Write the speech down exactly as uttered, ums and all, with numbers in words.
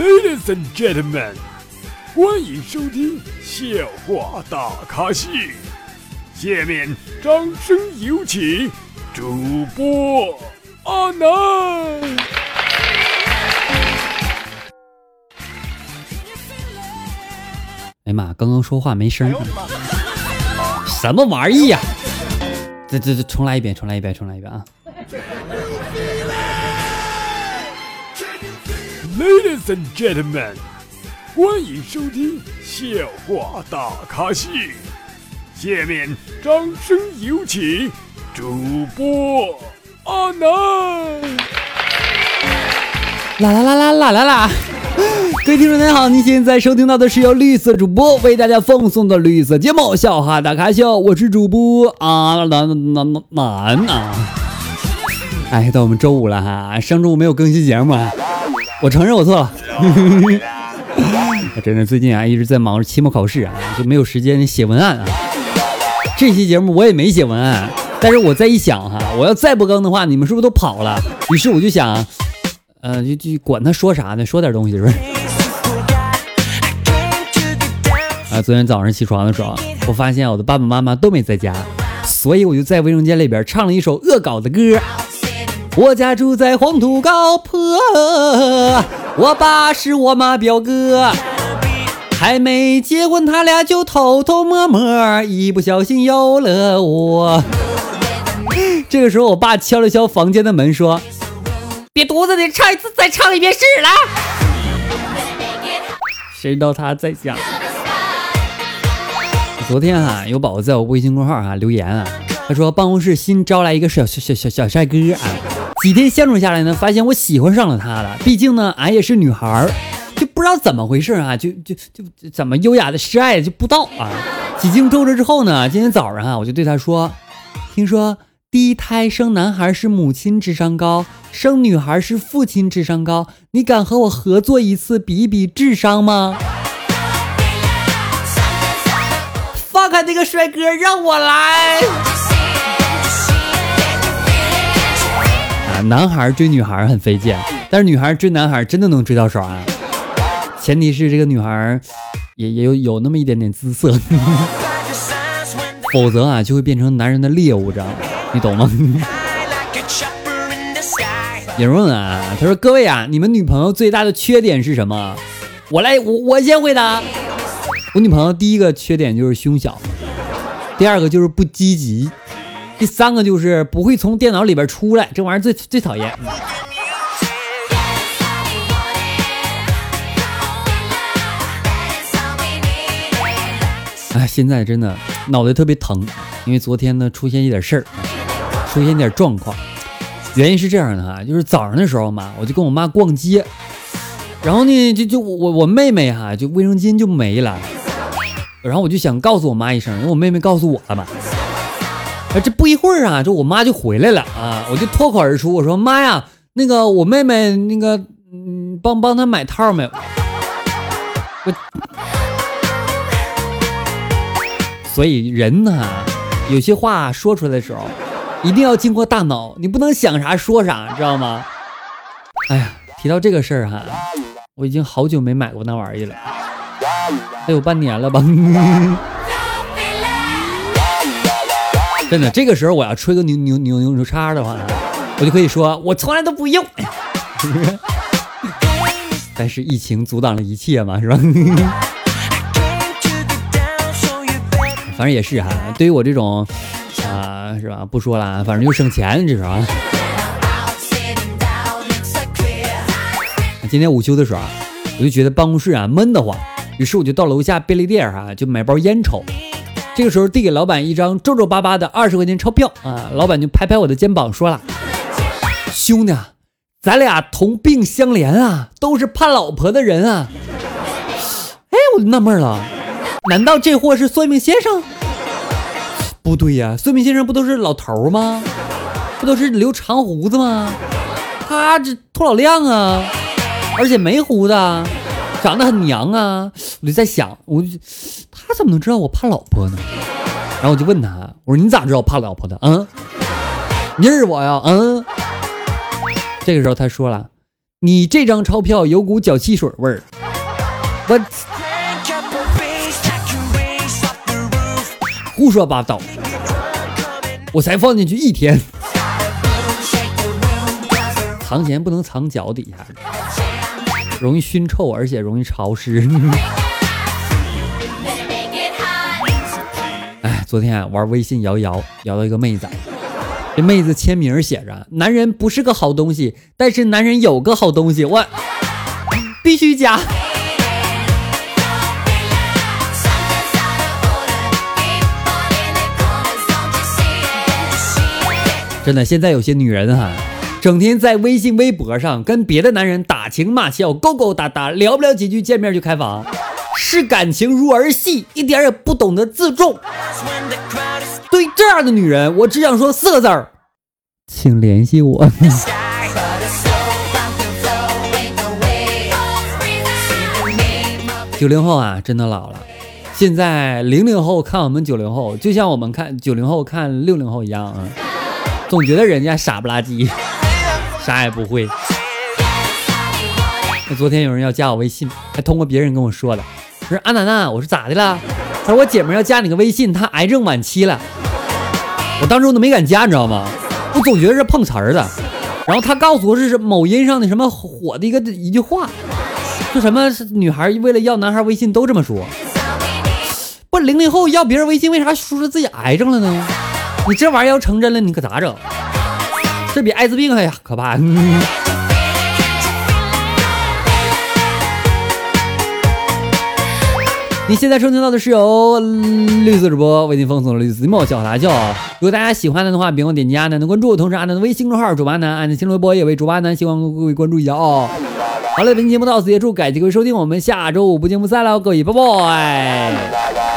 Ladies and gentlemen， 欢迎收听笑话大咖秀。下面掌声有请主播阿南。 哎妈，刚刚说话没声儿，什么玩意呀？这这这，重来一遍，重来一遍，重来一遍啊！ Ladies and gentlemen， 欢迎收听笑话大咖秀。下面掌声有请主播阿南。 啦啦啦啦啦啦啦！各位听众大家好，您现在收听到的是由绿色主播为大家奉送的绿色节目《笑话大咖秀》，我是主播阿南南南啊！哎，到我们周五了哈，上周五没有更新节目啊，我承认我错了。真的最近啊一直在忙着期末考试啊，就没有时间写文案啊。这期节目我也没写文案，但是我再一想哈，我要再不更的话，你们是不是都跑了？于是我就想。呃，就就管他说啥呢，说点东西是不是？啊，昨天早上起床的时候，我发现我的爸爸妈妈都没在家，所以我就在卫生间里边唱了一首恶搞的歌。我家住在黄土高坡，我爸是我妈表哥，还没结婚他俩就偷偷摸摸，一不小心有了我。这个时候，我爸敲了敲房间的门说。别犊子，你唱一次，再唱一遍试了。谁知道他在想。昨天啊，有宝宝在我微信公号啊留言啊，他说办公室新招来一个小小小小小帅哥啊，几天相处下来呢，发现我喜欢上了他了。毕竟呢，俺也是女孩，就不知道怎么回事啊，就就就就怎么优雅的示爱就不到啊。几经周折之后呢，今天早上啊，我就对他说，听说。第一胎生男孩是母亲智商高，生女孩是父亲智商高，你敢和我合作一次比一比智商吗？放开那个帅哥，让我来！啊，男孩追女孩很费劲，但是女孩追男孩真的能追到手啊！前提是这个女孩也也有有那么一点点姿色，否则啊就会变成男人的猎物，知道吗？你懂吗？有人问啊，他说各位啊，你们女朋友最大的缺点是什么？我来，我我先回答。我女朋友第一个缺点就是胸小，第二个就是不积极，第三个就是不会从电脑里边出来，这玩意儿最最讨厌。哎，现在真的脑袋特别疼，因为昨天呢出现一点事儿。出现点状况，原因是这样的哈，就是早上的时候嘛，我就跟我妈逛街，然后呢，就就我我妹妹哈，就卫生巾就没了，然后我就想告诉我妈一声，因为我妹妹告诉我了嘛。这不一会儿啊，就我妈就回来了啊，我就脱口而出，我说妈呀，那个我妹妹那个，嗯，帮帮她买套没有？我所以人呢，有些话说出来的时候。一定要经过大脑，你不能想啥说啥，知道吗？哎呀，提到这个事儿哈，我已经好久没买过那玩意了，得有半年了吧？真的，这个时候我要吹个牛牛牛牛牛叉的话，我就可以说我从来都不用，是不是？但是疫情阻挡了一切嘛，是吧？反正也是哈，对于我这种。啊，是吧？不说了，反正就省钱，这是啊。今天午休的时候，我就觉得办公室啊闷得慌，于是我就到楼下便利店啊，就买包烟抽。这个时候递给老板一张皱皱巴巴的二十块钱钞票啊，老板就拍拍我的肩膀说了：“兄弟，咱俩同病相怜啊，都是盼老婆的人啊。”哎，我就纳闷了，难道这货是算命先生？不对呀，算命先生不都是老头吗？不都是留长胡子吗？他这秃老亮啊，而且没胡子，长得很娘啊。我就在想，我就他怎么能知道我怕老婆呢？然后我就问他，我说你咋知道我怕老婆的？嗯，你认识我呀？嗯。这个时候他说了， 你这张钞票有股脚汽水味儿。我胡说八道，我才放进去一天。藏钱不能藏脚底下，容易熏臭，而且容易潮湿。哎，昨天啊玩微信摇一摇，摇到一个妹子，这妹子签名写着：男人不是个好东西，但是男人有个好东西，我必须加。真的，现在有些女人哈、啊，整天在微信微博上跟别的男人打情骂俏，勾勾搭搭，聊不了几句见面就开房，视感情如儿戏，一点也不懂得自重。对这样的女人，我只想说四个字儿，请联系我。九零后啊，真的老了。现在零零后看我们九零后，就像我们看九零后看六零后一样啊。总觉得人家傻不拉几，啥也不会。那昨天有人要加我微信，还通过别人跟我说的，说安楠楠，我说咋的了？他说我姐们要加你个微信，她癌症晚期了。我当时我都没敢加，你知道吗？我总觉得是碰瓷儿的。然后他告诉我是某音上的什么火的一个一句话，说什么女孩为了要男孩微信都这么说。不，零零后要别人微信，为啥说自己癌症了呢？你这玩意儿要成真了，你可咋整？这比艾滋病还可怕。嗯、你现在收听到的是由绿色直播为您放送的绿色猫小大笑。如果大家喜欢的话，别忘点击阿南的关注，同时阿南的微信公众号主巴南，阿南新浪微博也为主巴南，希望各位关注一下哦。好了，本期节目到此结束，感谢各位收听，我们下周五不见不散了，各位拜拜。